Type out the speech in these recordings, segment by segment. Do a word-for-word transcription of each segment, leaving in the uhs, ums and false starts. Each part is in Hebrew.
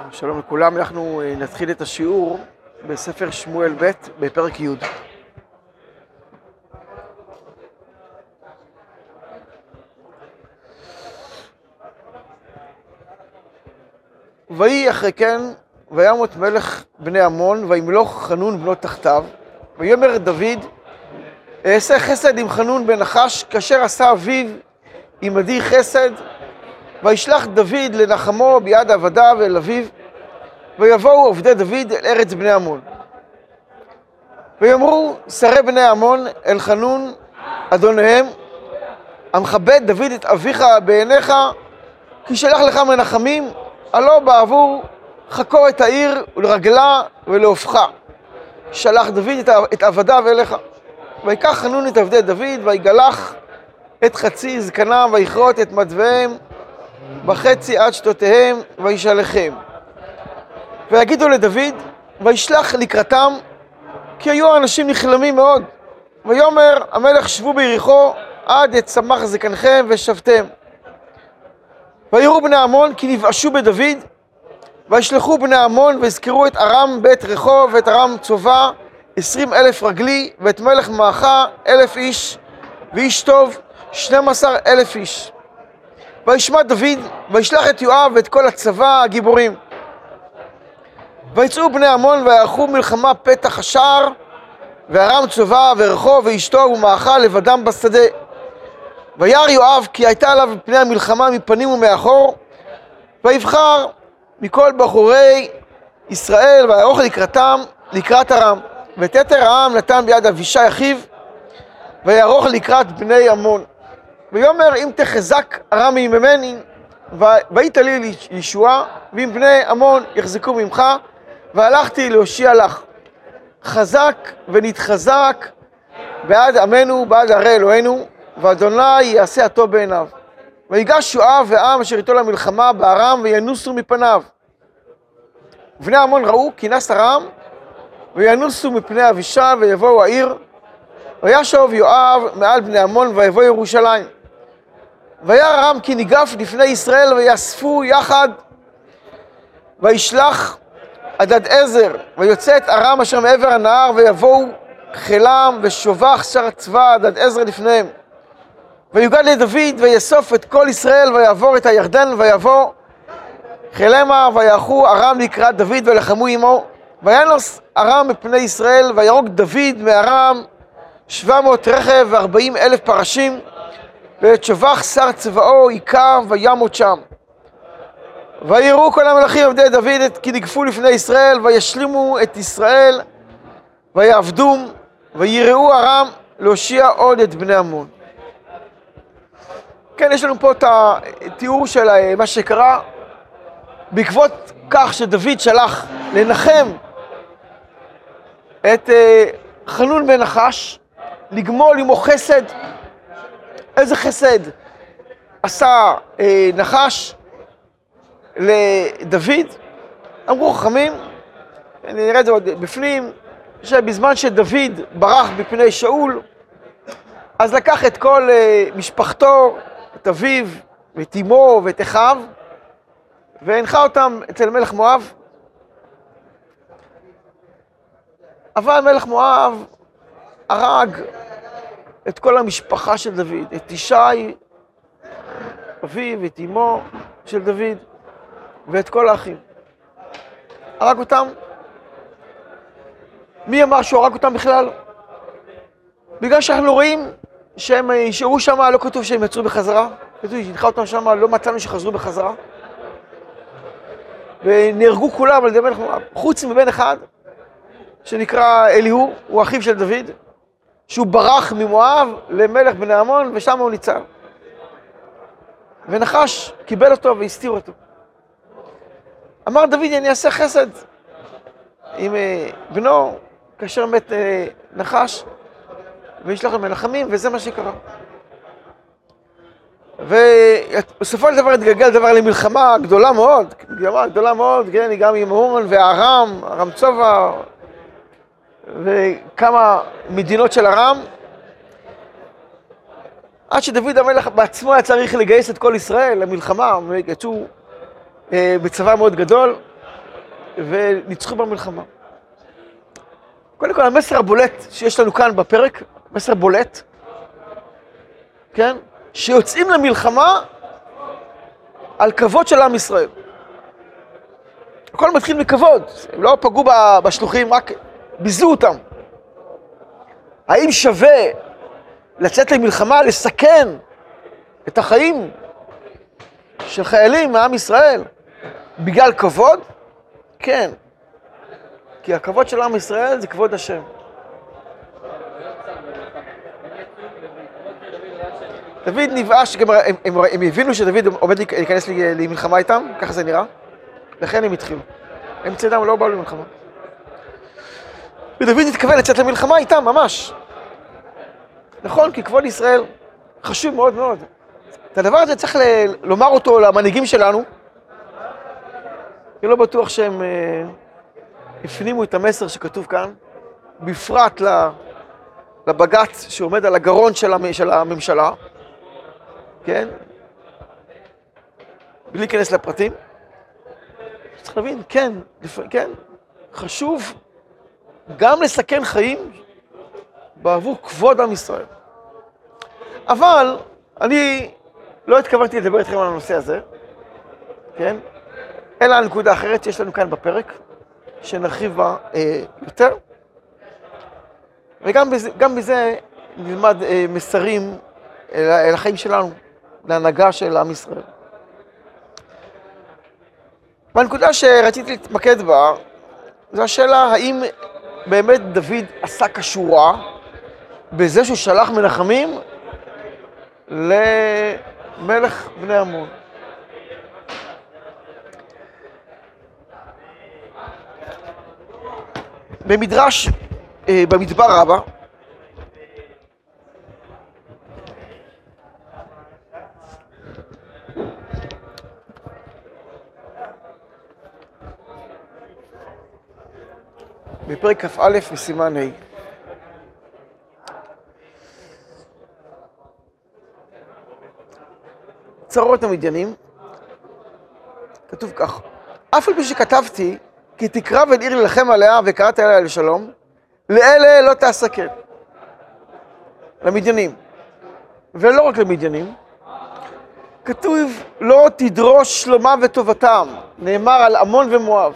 שלום לכולם, אנחנו נתחיל את השיעור בספר שמואל ב' בפרק י'. ויהי אחרי כן, וימות מלך בני עמון, וימלוך חנון בנו תחתיו, ויאמר דוד, אעשה חסד עם חנון בן נחש, כאשר עשה אביו עמדי חסד, וישלח דוד לנחמו ביד עבדיו אל אביו, ויבואו עובדי דוד אל ארץ בני עמון. ויאמרו שרי בני עמון אל חנון אדוניהם, המכבד דוד את אביך בעיניך, כי שלח לך מנחמים, הלא בעבור חקור את העיר ולרגלה ולהופכה. שלח דוד את עבדיו אליך. ויקח חנון את עבדי דוד, ויגלח את חצי זקנם, ויכרות את מדוויהם בחצי עד שתותיהם, וישלחם. ויגידו לדוד, וישלח לקראתם, כי היו האנשים נכלמים מאוד. ויאמר המלך, שבו ביריחו עד יצמח זקנכם ושבתם. ויראו בני עמון כי נבאשו בדוד, וישלחו בני עמון ויזכרו את ארם בית רחוב ואת ארם צובה עשרים אלף רגלי, ואת מלך מעכה אלף איש, ואיש טוב שנים עשר אלף איש. וישמע דוד, וישלח את יואב ואת כל הצבא הגיבורים. ויצאו בני עמון ויערכו מלחמה פתח השער, וארם צובה ורחוב ואיש טוב ומעכה לבדם בשדה. וירא יואב כי הייתה עליו פני המלחמה מפנים ומאחור, ויבחר מכל בחורי ישראל ויערוך לקראתם לקראת ארם. ואת יתר העם נתן ביד אבישי אחיו, ויערוך לקראת בני עמון. ויאמר אם תחזק ארם ממני, והיית לי ישועה, ואם בני עמון יחזקו ממך, והלכתי להושיע לך. חזק ונתחזק בעד עמנו, בעד ערי אלוהינו, ואדוני יעשה הטוב בעיניו. ויגש יואב והעם אשר איתו למלחמה בארם, וינוסו מפניו. ובני עמון ראו כי נס ארם, וינוסו מפני אבישי, ויבואו העיר. וישוב יואב מעל בני עמון, ויבוא ירושלים. וירא ארם כי ניגף לפני ישראל, ויאספו יחד, וישלח הדדעזר, ויוצא את ארם אשר מעבר הנהר, ויבואו חילם ושובח שר הצבא הדדעזר לפניהם. ויוגד לדוד, ויאסוף את כל ישראל, ויעבור את הירדן, ויבוא חילמה, ויערכו ארם לקראת דוד, ולחמו עמו. וינוס ארם מפני ישראל, ויהרוג דוד מארם שבע מאות רכב וארבעים אלף פרשים, ואת שובח שר צבאו היכה וימות שם. ויראו כל המלכים עבדי דוד כי נגפו לפני ישראל, וישלימו את ישראל ויעבדום, ויראו ארם להושיע עוד את בני עמון. כן, יש לנו פה את התיאור של מה שקרה בעקבות כך שדוד שלח לנחם את חנון בן נחש, לגמול עמו חסד. איזה חסד עשה אה, נחש לדוד? אמרו חכמים, אני נראה את זה עוד בפנים, שבזמן שדוד ברח בפני שאול, אז לקח את כל אה, משפחתו, את אביו ואת אמו ואת אחיו, והנחה אותם אצל מלך מואב. אבל מלך מואב הרג את כל המשפחה של דוד, את ישי, אביו, את אמו של דוד, ואת כל האחים. הרג אותם. מי אמר שהוא הרג אותם בכלל? בגלל שאנחנו רואים שהם יישארו שם, לא כתוב שהם יצאו בחזרה. כתוב שהנחה אותם שם, לא מצאנו שחזרו בחזרה. ונהרגו כולם על ידי מלך מואב, חוץ מבן אחד, שנקרא אליהו, הוא אחיו של דוד, שהוא ברח ממואב למלך בני עמון, ושם הוא ניצל. ונחש קיבל אותו והסתיר אותו. אמר דוד, אני אעשה חסד עם בנו, כאשר מת נחש, וישלח לו מנחמים, וזה מה שקרה. ובסופו של דבר התגלגל דבר למלחמה גדולה מאוד, גדולה מאוד, כן, גם עם עמון וארם, ארם צובה, וכמה מדינות של ארם, עד שדוד המלך בעצמו היה צריך לגייס את כל ישראל למלחמה, ויצאו אה, בצבא מאוד גדול, וניצחו במלחמה. קודם כל, המסר הבולט שיש לנו כאן בפרק, מסר בולט, כן? שיוצאים למלחמה על כבוד של עם ישראל. הכל מתחיל מכבוד, הם לא פגעו בשלוחים, רק ביזו אותם. האם שווה לצאת למלחמה, לסכן את החיים של חיילים מעם ישראל בגלל כבוד? כן. כי הכבוד של עם ישראל זה כבוד השם. דוד נבאש, הם, הם, הם הבינו שדוד עומד להיכנס למלחמה איתם, ככה זה נראה, לכן הם התחילו. הם צדם לא באו למלחמה. ודוד התכוון לצאת למלחמה איתם, ממש. נכון, כי כבוד ישראל חשוב מאוד מאוד. את הדבר הזה צריך ל- לומר אותו למנהיגים שלנו, כי לא בטוח שהם אה, הפנימו את המסר שכתוב כאן, בפרט לבג"ץ שעומד על הגרון של, המ- של הממשלה, כן? בלי להיכנס לפרטים. צריך להבין, כן, כן, חשוב גם לסכן חיים בעבור כבוד עם ישראל. אבל אני לא התכוונתי לדבר איתכם על הנושא הזה, כן? אלא הנקודה אחרת שיש לנו כאן בפרק, שנרחיב בה אה, יותר. וגם בזה, גם בזה נלמד אה, מסרים אל, אל החיים שלנו, להנהגה של עם ישראל. והנקודה שרציתי להתמקד בה, זו השאלה האם באמת דוד עשה כשורה בזה שהוא שלח מנחמים למלך בני עמון. במדרש אה, במדבר רבה, בפרק כ"א בסימן ה', צרות המדיינים, כתוב כך: אף על פי שכתבתי כי תקרב אל עיר להילחם עליה וקראת אליה לשלום, לאלה לא תעשה כן. למדיינים, ולא רק למדיינים, כתוב לא תדרוש שלומם וטובתם, נאמר על עמון ומואב.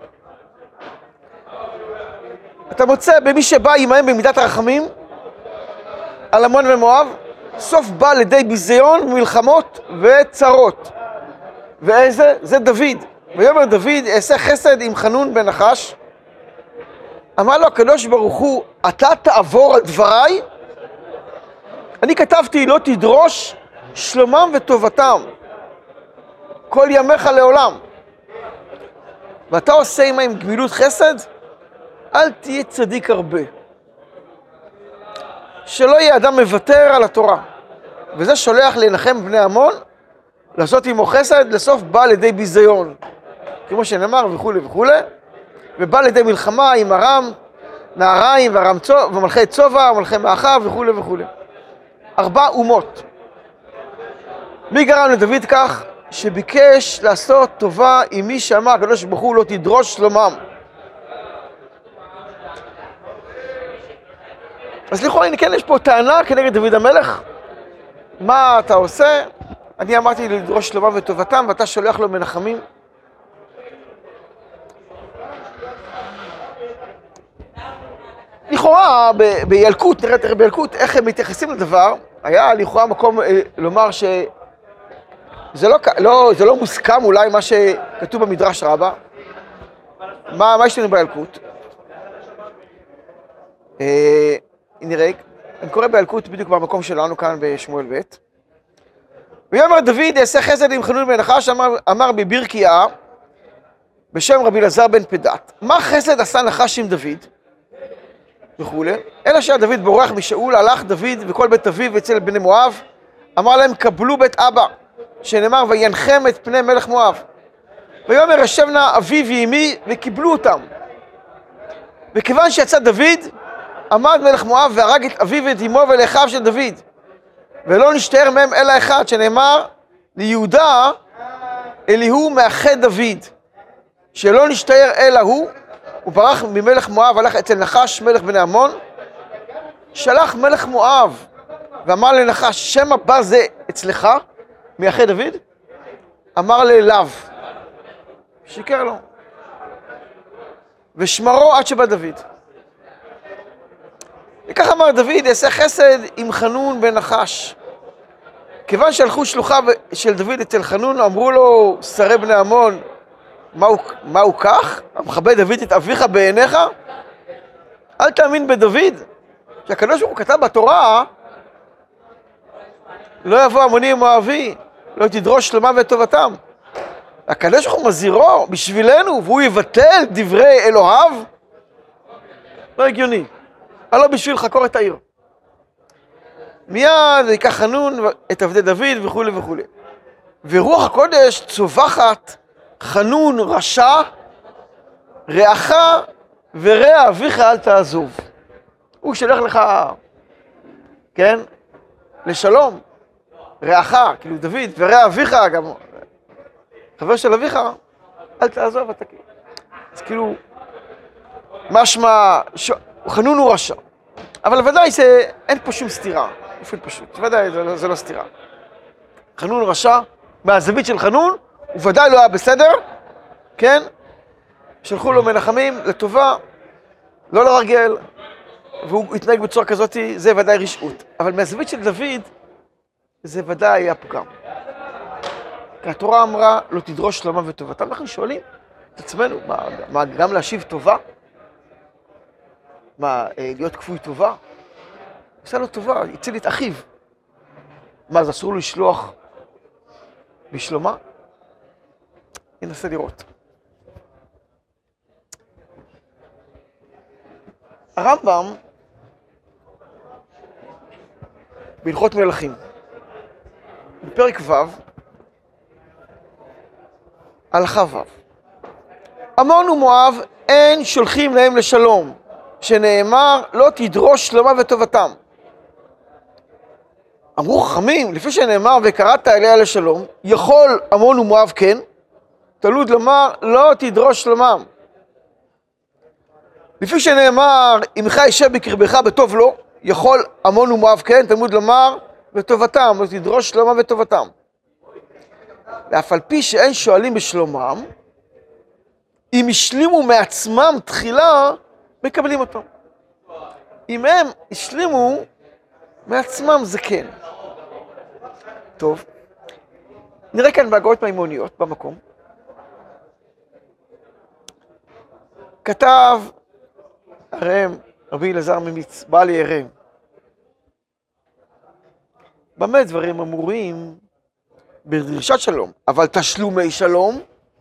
אתה מוצא במי שבא עמהם במידת הרחמים על עמון ומואב, סוף בא לידי ביזיון, מלחמות וצרות. ואיזה? זה דוד. ויאמר דוד, אעשה חסד עם חנון בן נחש. אמר לו הקדוש ברוך הוא, אתה תעבור על דבריי? אני כתבתי לא תדרוש שלומם וטובתם כל ימיך לעולם. ואתה עושה עמהם גמילות חסד? אל תהיה צדיק הרבה. שלא יהיה אדם מוותר על התורה. וזה שולח לנחם בני עמון, לעשות עמו חסד, לסוף בא לידי ביזיון. כמו שנאמר וכו' וכו'. ובא לידי מלחמה עם ארם, נהריים וארם צוב, ומלכי צובה ומלכי מאחה וכו' וכו'. ארבע אומות. מי גרם לדוד כך? שביקש לעשות טובה עם מי שאמר הקדוש ברוך הוא לא תדרוש שלומם. אז לכאורה, הנה כן, יש פה טענה כנגד דוד המלך. מה אתה עושה? אני אמרתי לדרוש שלומם וטובתם, ואתה שולח לו מנחמים. לכאורה, ב- בילקוט, נראית בילקוט, איך הם מתייחסים לדבר, היה לכאורה מקום אה, לומר שזה לא, לא, זה לא מוסכם אולי מה שכתוב במדרש רבה. מה, מה יש לנו בילקוט? אה, נראה, אני קורא בילקוט בדיוק במקום שלנו כאן בשמואל ב'. ויאמר דוד יעשה חסד עם חנון בן נחש, אמר, אמר בברכיה בשם רבי אלעזר בן פדת. מה חסד עשה נחש עם דוד? וכו'. אלא שהיה דוד בורח משאול, הלך דוד וכל בית אביו אצל בני מואב, אמר להם קבלו בית אבא, שנאמר וינחם את פני מלך מואב. ויאמר ישב נא אבי ואמי וקיבלו אותם. וכיוון שיצא דוד, עמד מלך מואב והרג את אביו ואת אמו ולאחיו של דוד. ולא נשתער מהם אלא אחד, שנאמר ליהודה אליהו מאחד דוד. שלא נשתער אלא הוא, הוא ברח ממלך מואב, הלך אצל נחש מלך בני עמון, שלח מלך מואב ואמר לנחש, שם הבא זה אצלך, מייחד דוד? אמר לאליו, שיקר לו, ושמרו עד שבא דוד. וכך אמר דוד, יעשה חסד עם חנון בן נחש. כיוון שהלכו שלוחיו של דוד אצל חנון, אמרו לו שרי בני עמון, מהו, מהו כך? המכבד דוד את אביך בעיניך? אל תאמין בדוד, שהקדוש ברוך הוא כתב בתורה, לא יבוא עמוני מואבי, לא תדרוש שלומם וטובתם. הקדוש ברוך הוא מזהירו בשבילנו, והוא יבטל דברי אלוהיו? לא הגיוני. הלא בשביל חקור את העיר. מיד ייקח חנון את עבדי דוד וכו' וכו'. ורוח הקודש צווחת, חנון רשע, רעך ורע אביך אל תעזוב. הוא שלח לך, כן, לשלום, רעך, כאילו דוד, ורע אביך, גם חבר של אביך, אל תעזוב, אתה כאילו. אז כאילו, משמע, ש... חנון הוא רשע. אבל ודאי זה, אין פה שום סתירה, באופן פשוט, ודאי זה לא, זה לא סתירה. חנון רשע, מהזווית של חנון, הוא ודאי לא היה בסדר, כן? שלחו לו מנחמים לטובה, לא לרגל, והוא התנהג בצורה כזאת, זה ודאי רשעות. אבל מהזווית של דוד, זה ודאי היה פגם. כי התורה אמרה, לא תדרוש שלומה וטובתם. אנחנו שואלים את עצמנו, מה, מה גם להשיב טובה? מה, להיות כפוי טובה? עשה לו טובה, הציל את אחיו. מה, אז אסור לו לשלוח בשלומה? ננסה לראות. הרמב"ם, בהלכות מלכים, בפרק ו', הלכה ו', עמון ומואב אין שולחים להם לשלום, שנאמר לא תדרוש שלומה וטובתם. אמרו חכמים, לפי שנאמר וקראת אליה לשלום, יכול עמון ומואב כן, תלמוד לומר לא תדרוש שלומם. לפי שנאמר עמך יישב בקרבך בטוב לו, יכול עמון ומואב כן, תלמוד לומר וטובתם, לא תדרוש שלומם וטובתם. ואף על פי שאין שואלים בשלומם, אם השלימו מעצמם תחילה, מקבלים אותו. אם הם השלימו מעצמם זה כן. טוב, נראה כאן בהגאות מימוניות במקום. כתב הרם, רבי אלעזר ממיץ, בעל ירם. במה דברים אמורים בדרישת שלום, אבל תשלומי שלום,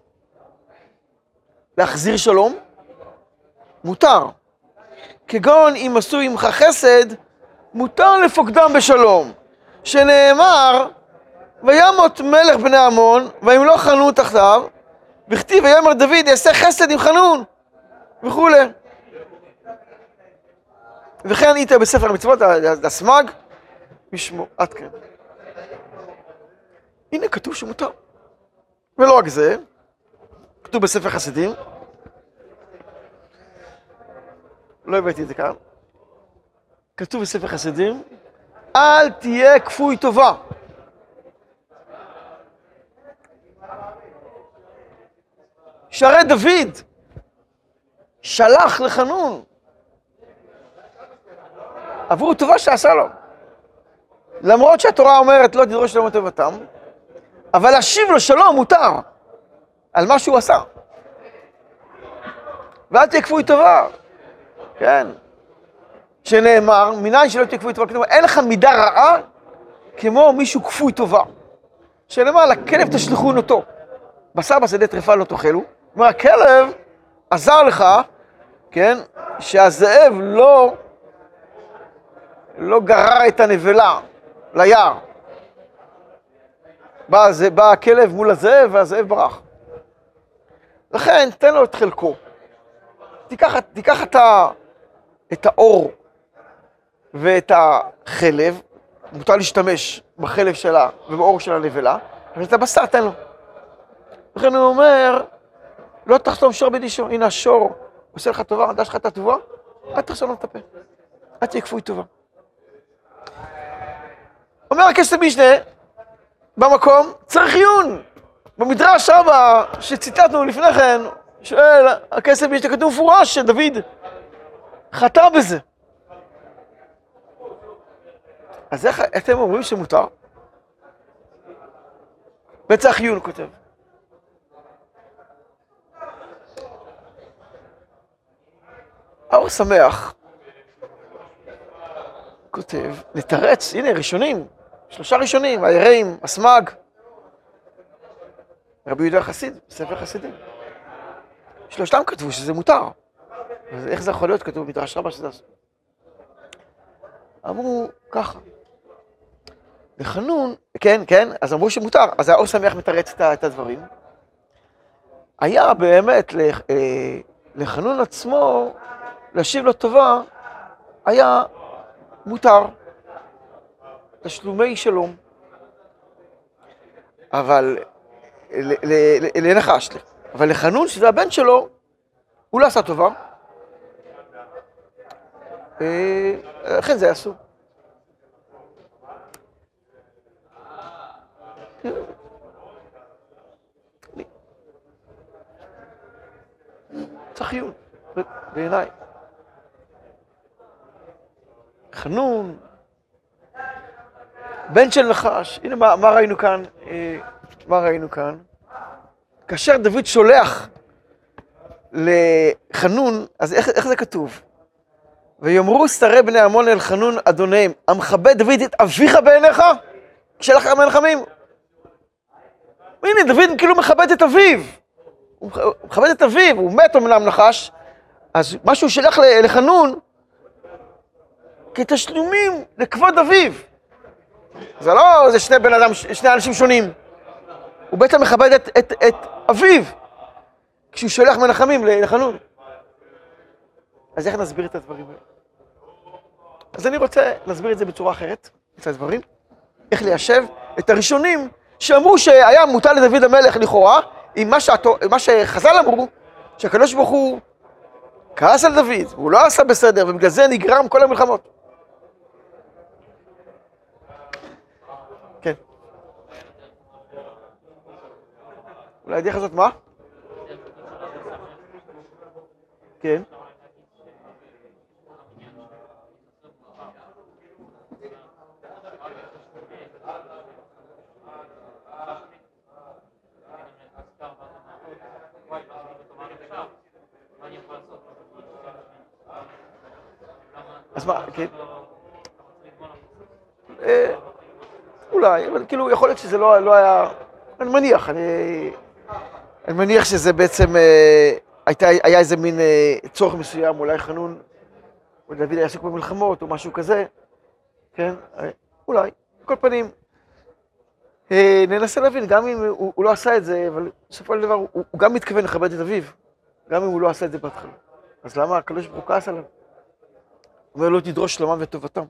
להחזיר שלום, מותר. כגון אם עשו עמך חסד, מותר לפוקדם בשלום. שנאמר, וימות מלך בני עמון, וימלוך חנון תחתיו, וכתיב ויאמר דוד יעשה חסד עם חנון, וכו'. וכן איתה בספר המצוות, הסמ"ג, משמו, עד כאן. הנה כתוב שמותר. ולא רק זה, כתוב בספר חסידים, לא הבאתי את זה כאן, כתוב בספר חסידים, אל תהיה כפוי טובה. שהרי דוד שלח לחנון עבור טובה שעשה לו. למרות שהתורה אומרת לא תדרוש שלום וטובתם, אבל להשיב לו שלום מותר על מה שהוא עשה. ואל תהיה כפוי טובה. כן. שנאמר, מניין שלא תהיה כפוי טובה, כלומר, אין לך מידה רעה כמו מישהו כפוי טובה. שנאמר, לכלב תשלחון אותו. בשר בשדה טרפה לא תאכלו. כלומר, הכלב עזר לך, כן, שהזאב לא, לא גרר את הנבלה ליער. בא, זה, בא הכלב מול הזאב והזאב ברח. לכן, תן לו את חלקו. תיקח, תיקח את, ה, את האור ואת החלב, מותר להשתמש בחלב שלה ובאור של הנבלה, אבל את הבשר תן לו. לכן הוא אומר, לא תחסום שור בדישו, הנה השור עושה לך טובה, דש לך את הטובה, אל תחסום לו את הפה, אל תהיה כפוי טובה. אומר הכסף משנה, במקום צריך עיון. במדרש רבה שציטטנו לפני כן, שואל הכסף משנה, כתוב מפורש שדוד חטא בזה. אז איך אתם אומרים שמותר? בצח עיון כותב. האור שמח כותב, לתרץ, הנה ראשונים, שלושה ראשונים, היראים, הסמג, רבי יהודה חסיד, ספר חסידים. שלושתם כתבו שזה מותר. אז איך זה יכול להיות? כתוב במדרש רבה שזה אסור. אמרו ככה. לחנון, כן, כן, אז אמרו שמותר, אז האור שמח מתרץ את הדברים. היה באמת לחנון עצמו, להשיב לו טובה, היה מותר, תשלומי שלום, אבל לנחש, אבל לחנון, שזה הבן שלו, הוא לא עשה טובה, לכן זה אסור. צריך עיון, בעיניי. חנון, בן של נחש, הנה מה, מה ראינו כאן, אה, מה ראינו כאן? כאשר דוד שולח לחנון, אז איך, איך זה כתוב? ויאמרו שרי בני עמון אל חנון אדוניהם, המכבד דוד את אביך בעיניך? כשלח המלחמים. הנה, דוד כאילו מכבד את אביו. הוא מכבד את אביו, הוא מת אמנם נחש, אז מה שהוא שלח לחנון, כתשלומים לכבוד אביו. זה לא, זה שני בן אדם, שני אנשים שונים. הוא בעצם מכבד את, את, את אביו, כשהוא שולח מנחמים לחנון. אז איך נסביר את הדברים האלה? אז אני רוצה להסביר את זה בצורה אחרת, את הדברים. איך ליישב את הראשונים שאמרו שהיה מוטל לדוד המלך לכאורה, עם מה, שעתו, מה שחז"ל אמרו, שהקדוש ברוך הוא כעס על דוד, והוא לא עשה בסדר, ובגלל זה נגרם כל המלחמות. כן. אולי הדרך הזאת מה? כן. אז מה, כן? אולי, אבל כאילו יכול להיות שזה לא היה, אני מניח, אני מניח שזה בעצם היה איזה מין צורך מסוים, אולי חנון, או דוד היה עסוק במלחמות או משהו כזה, כן? אולי, בכל פנים, ננסה להבין, גם אם הוא לא עשה את זה, אבל בסופו של דבר הוא גם מתכוון לכבד את אביו, גם אם הוא לא עשה את זה בהתחלה. אז למה הקדוש ברוך הוא כעס עליו? הוא אומר לא תדרוש שלומם וטובתם.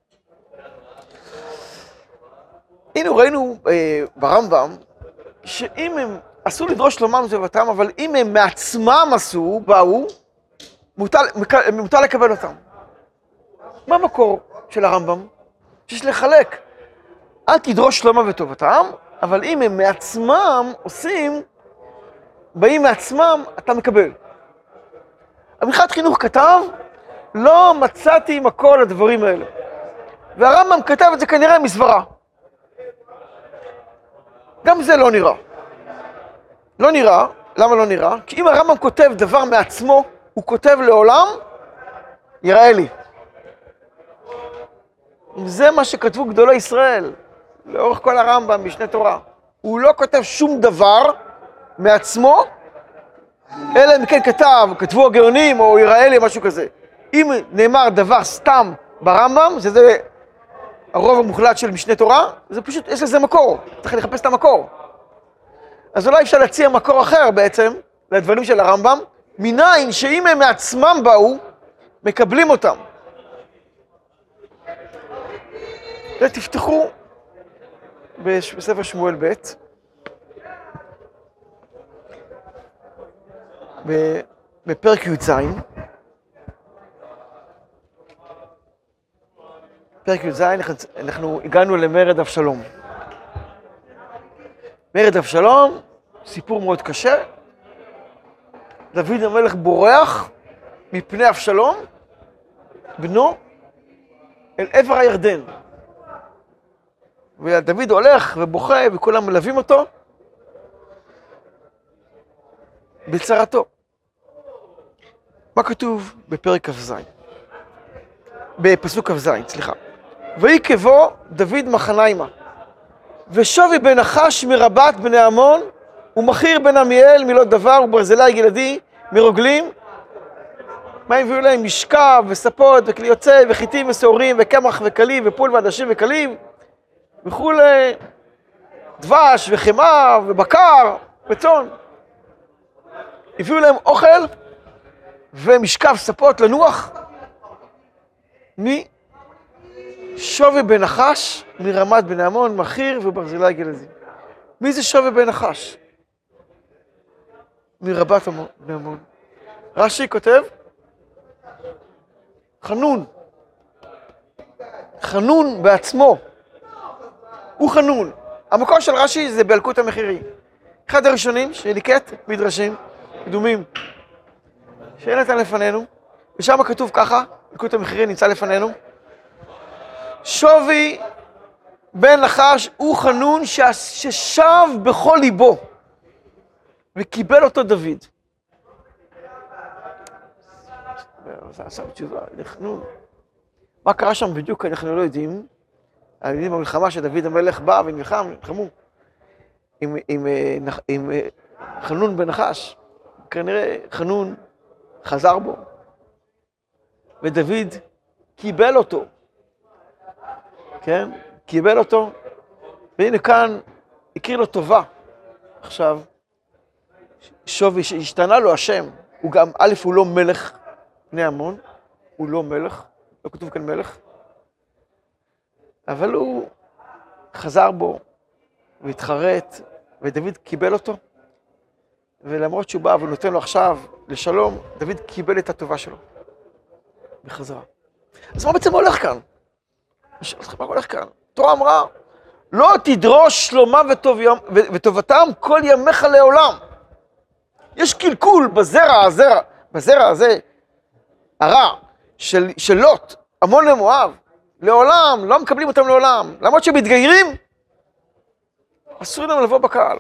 הנה ראינו אה, ברמב"ם, שאם הם עשו לדרוש שלומם וטובתם, אבל אם הם מעצמם עשו, באו, מוטל, מוטל לקבל אותם. מה המקור של הרמב"ם? שיש לחלק. אל תדרוש שלומם וטובתם, אבל אם הם מעצמם עושים, באים מעצמם, אתה מקבל. המנחת חינוך כתב, לא מצאתי מקור לדברים האלה. והרמב"ם כתב את זה כנראה מסברה. גם זה לא נראה. לא נראה, למה לא נראה? כי אם הרמב"ם כותב דבר מעצמו, הוא כותב לעולם, יראה לי. זה מה שכתבו גדולי ישראל, לאורך כל הרמב"ם משנה תורה. הוא לא כותב שום דבר מעצמו, אלא אם כן כתב, כתבו הגאונים או יראה לי, משהו כזה. אם נאמר דבר סתם ברמב"ם, שזה הרוב המוחלט של משנה תורה, זה פשוט, יש לזה מקור, צריך לחפש את המקור. אז אולי אפשר להציע מקור אחר בעצם, לדברים של הרמב"ם, מניין שאם הם מעצמם באו, מקבלים אותם. ותפתחו בספר שמואל ב', בפרק י"ז, פרק י"ז, אנחנו הגענו למרד אבשלום. מרד אבשלום, סיפור מאוד קשה. דוד המלך בורח מפני אבשלום, בנו, אל עבר הירדן. ודוד הולך ובוכה וכולם מלווים אותו בצרתו. מה כתוב בפרק כ"ז? בפסוק כ"ז, סליחה. ויקבו דוד מחניימה, ושווי בן נחש מרבת בני עמון, ומחיר בן עמיאל מילות דבר, וברזילי גלעדי מרוגלים. מה הם הביאו להם? משכב וספות וכלי יוצא וחיטים ושעורים וקמח וכלים ופול ועדשים וכלים וכולי, דבש וחמאה ובקר וצאן. הביאו להם אוכל ומשכב ספות לנוח משווי בן נחש מרמת בני עמון, מחיר וברזילי גלעדי. מי זה שווי בן נחש? מרבת בני עמון. רש"י כותב חנון, חנון בעצמו, הוא חנון. המקור של רש"י זה באלקוט המחירי. אחד הראשונים שליקט מדרשים קדומים שאין נתן לפנינו, ושם כתוב ככה, אלקוט המחירי נמצא לפנינו, שווי בן נחש הוא חנון ששב בכל ליבו, וקיבל אותו דוד. זה עשה בתשובה, לחנון. מה קרה שם בדיוק אנחנו לא יודעים. אנחנו יודעים במלחמה שדוד המלך בא ונלחם, נלחמו עם, עם, עם, עם חנון בן נחש. כנראה חנון חזר בו, ודוד קיבל אותו. כן? קיבל אותו, והנה כאן הכיר לו טובה. עכשיו, שווי שהשתנה לו השם, הוא גם, א', הוא לא מלך בני עמון, הוא לא מלך, לא כתוב כאן מלך, אבל הוא חזר בו והתחרט, ודוד קיבל אותו, ולמרות שהוא בא ונותן לו עכשיו לשלום, דוד קיבל את הטובה שלו בחזרה. אז מה בעצם הולך כאן? אני שואל אתכם, מה הולך כאן? התורה אמרה, לא תדרוש שלומם וטובתם כל ימיך לעולם. יש קלקול בזרע הזרע, בזרע הזה, הרע של, של לוט, עמון ומואב, לעולם, לא מקבלים אותם לעולם. למרות שמתגיירים, אסור להם לבוא בקהל.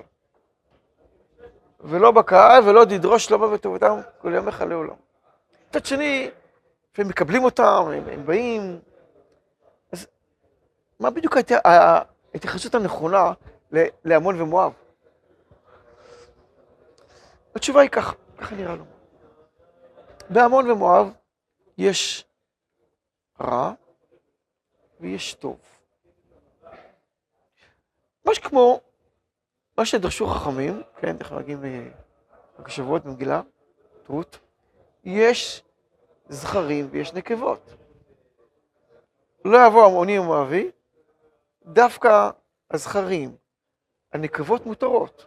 ולא בקהל, ולא תדרוש שלומם וטובתם כל ימיך לעולם. מצד שני, הם מקבלים אותם, הם, הם באים. אז מה בדיוק הייתה ההתייחסות הנכונה לעמון ומואב? התשובה היא ככה, ככה נראה לו. בעמון ומואב יש רע ויש טוב. ממש כמו מה שדרשו חכמים, כן, אנחנו מגיעים בשבועות במגילה, רות, יש זכרים ויש נקבות. לא יבוא עמוני ומואבי, דווקא הזכרים, הנקבות מותרות.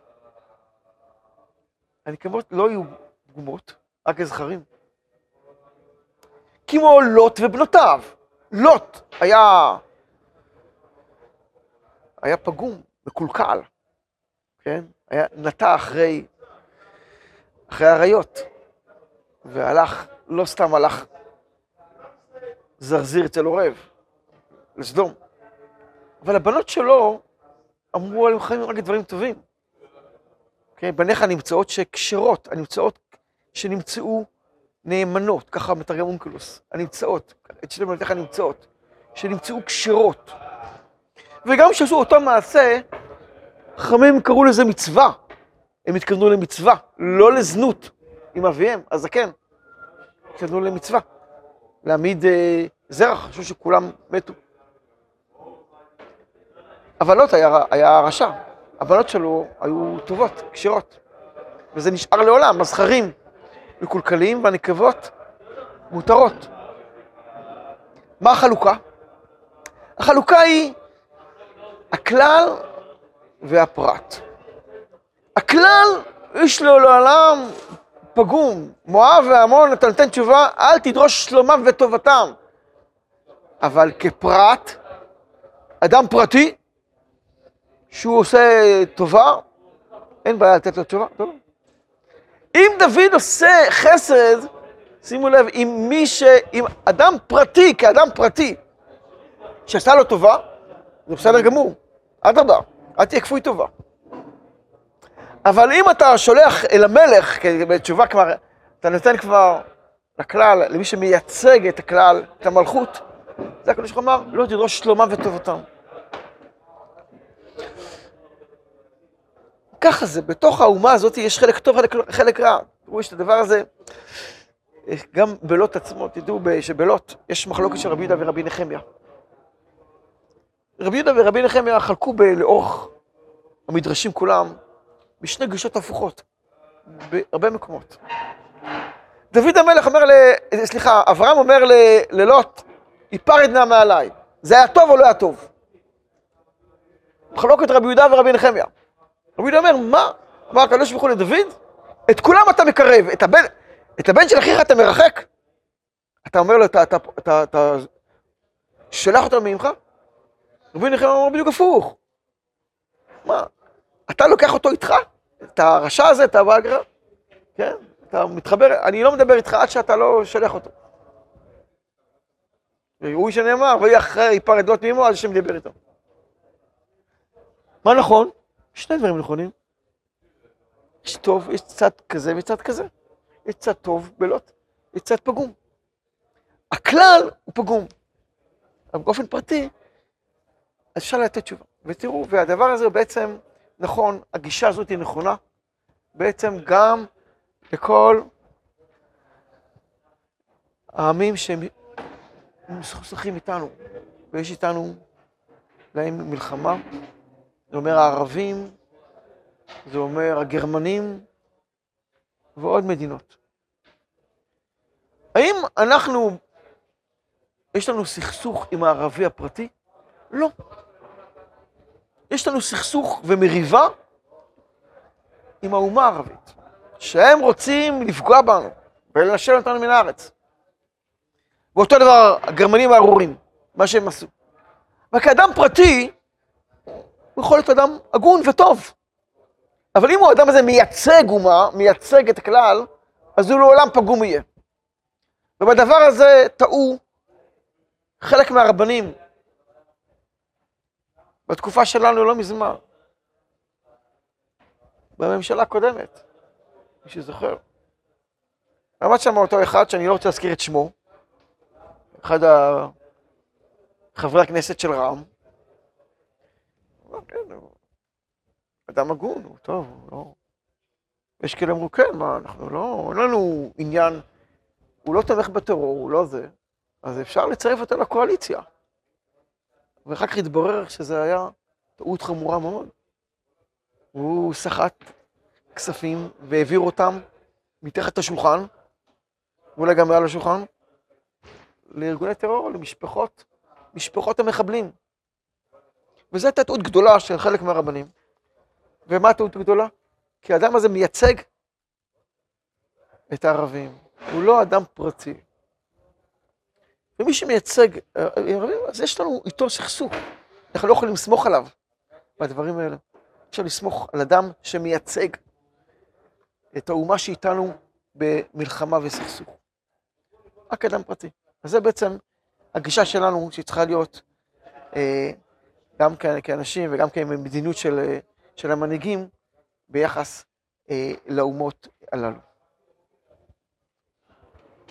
הנקבות לא יהיו פגומות, רק הזכרים. כמו לוט ובנותיו. לוט היה, היה פגום, מקולקל, כן? היה נטע אחרי, אחרי הריות, והלך, לא סתם הלך זרזיר אצל עורב, לסדום. אבל הבנות שלו אמרו עליהם חיים רק דברים טובים. Okay, בניך נמצאות שקשרות, הנמצאות שנמצאו נאמנות, ככה מתרגם אונקלוס, הנמצאות, את שתי בנותיך נמצאות, שנמצאו קשרות. וגם כשעשו אותו מעשה, חכמים קראו לזה מצווה. הם התכוונו למצווה, לא לזנות עם אביהם, אז כן, התכוונו למצווה. להעמיד אה, זרע, חשוב שכולם מתו. אבל לוט היה, היה רשע. הבנות שלו היו טובות, קשירות, וזה נשאר לעולם, הזכרים מקולקלים והנקבות מותרות. מה החלוקה? החלוקה היא הכלל והפרט. הכלל יש לו לעולם פגום, מואב ועמון, אתה נותן תשובה, אל תדרוש שלומם וטובתם. אבל כפרט, אדם פרטי, שהוא עושה טובה, אין בעיה לתת לו תשובה, טוב. אם דוד עושה חסד, שימו לב, עם מי ש... עם אדם פרטי, כאדם פרטי, שעשה לו טובה, זה בסדר גמור, עד הבא, אל תהיה כפוי טובה. אבל אם אתה שולח אל המלך, בתשובה כבר, אתה נותן כבר לכלל, למי שמייצג את הכלל, את המלכות, זה הקדוש ברוך הוא אמר, לא תדרוש שלומם וטובתם. ככה זה, בתוך האומה הזאת יש חלק טוב, חלק, חלק רע. תראו, יש את הדבר הזה, גם בלוט עצמו, תדעו שבלוט יש מחלוקת של רבי יהודה ורבי נחמיה. רבי יהודה ורבי נחמיה חלקו ב- לאורך המדרשים כולם, בשני גישות הפוכות, בהרבה מקומות. דוד המלך אומר, ל... סליחה, אברהם אומר ל... ללוט, היפרד נא מעליי. זה היה טוב או לא היה טוב? מחלוקת רבי יהודה ורבי נחמיה. רבי יהודה אומר, מה? אמר הקדוש ברוך הוא לדוד, את כולם אתה מקרב, את הבן, את הבן של אחיך אתה מרחק? אתה אומר לו, אתה, אתה, אתה, אתה שלח אותו ממך? רבי נחמיה אומר בדיוק הפוך. מה? אתה לוקח אותו איתך? את הרשע הזה, את הבאגרה? כן? אתה מתחבר, אני לא מדבר איתך עד שאתה לא שלח אותו. הוא שנאמר, ויהי אחרי היפרד לוט מעמו, אז השם מדבר איתו. מה נכון? שני דברים נכונים. יש טוב, יש צד כזה וצד כזה. יש צד טוב בלוט, יש צד פגום. הכלל הוא פגום. אבל באופן פרטי, אז אפשר לתת תשובה. ותראו, והדבר הזה בעצם נכון, הגישה הזאת היא נכונה, בעצם גם לכל העמים שהם מסוכסכים איתנו, ויש איתנו להם מלחמה, זה אומר הערבים, זה אומר הגרמנים ועוד מדינות. האם אנחנו, יש לנו סכסוך עם הערבי הפרטי? לא. יש לנו סכסוך ומריבה עם האומה הערבית, שהם רוצים לפגוע בנו ולנשל אותנו מן הארץ. ואותו דבר, הגרמנים הארורים, מה שהם עשו. וכאדם פרטי, הוא יכול להיות אדם הגון וטוב. אבל אם הוא האדם הזה מייצג אומה, מייצג את הכלל, אז הוא לעולם פגום יהיה. ובדבר הזה טעו חלק מהרבנים, בתקופה שלנו לא מזמן, בממשלה הקודמת, מי שזוכר. עמד שם אותו אחד שאני לא רוצה להזכיר את שמו, אחד חברי הכנסת של רע"מ, כן, הוא אדם הגון, הוא טוב, הוא לא... יש כאלה אמרו, כן, מה, אנחנו לא, אין לנו עניין, הוא לא תומך בטרור, הוא לא זה, אז אפשר לצרף אותו לקואליציה. ואחר כך התברר שזה היה טעות חמורה מאוד. הוא סחט כספים והעביר אותם מתחת השולחן, ואולי גם מעל השולחן, לארגוני טרור, למשפחות, משפחות המחבלים. וזו הייתה טעות גדולה של חלק מהרבנים. ומה הטעות גדולה? כי האדם הזה מייצג את הערבים. הוא לא אדם פרטי. ומי שמייצג ערבים, אז יש לנו איתו סכסוך. אנחנו לא יכולים לסמוך עליו בדברים האלה. אפשר לסמוך על אדם שמייצג את האומה שאיתנו במלחמה וסכסוך. רק אדם פרטי. אז זה בעצם הגישה שלנו שצריכה להיות אה, גם כאנשים וגם כמדיניות של, של המנהיגים ביחס אה, לאומות הללו.